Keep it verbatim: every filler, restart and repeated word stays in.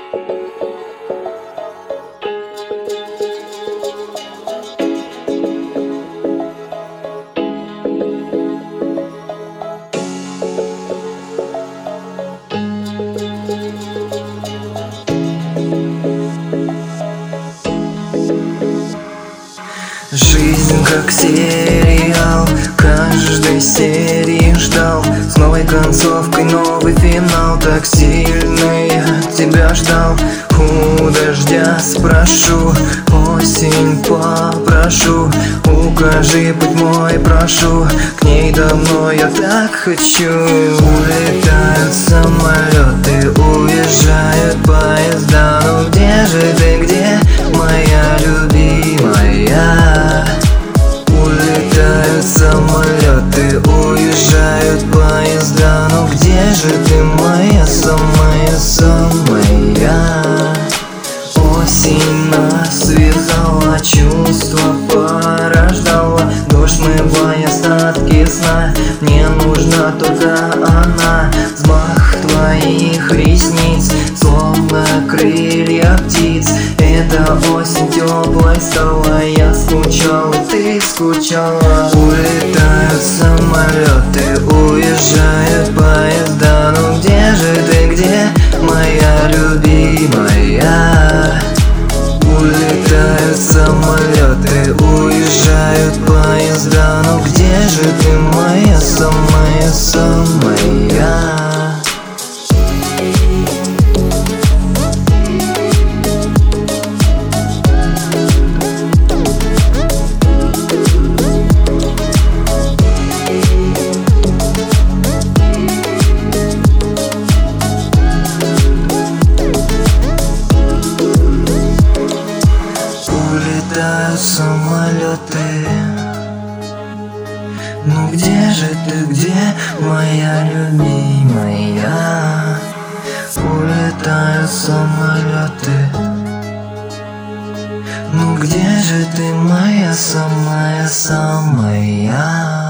Жизнь как сериал, каждой серии ждал, с новой концовкой новый финал. Так сильно я тебя ждал, у дождя спрошу, осень попрошу, укажи путь мой, прошу, к ней давно я так хочу. Улетают самолеты, уезжают поезда, ну где же ты, где моя любимая? Улетают самолеты, уезжают поезда, ну где же ты, моя самая-самая? Осень нас связала, чувства порождала, дождь смывая остатки сна. Мне нужна только она, взмах твоих ресниц, словно крылья птиц. Эта осень теплой стала, я скучал, и ты скучала. Улетают самолеты, уезжают поезда, ну где же ты, где моя любимая? Улетают самолеты, уезжают поезда, ну где же ты, моя самая-самая? Улетают самолеты, ну где же ты, где моя любимая? Улетают самолеты, ну где же ты, моя самая-самая?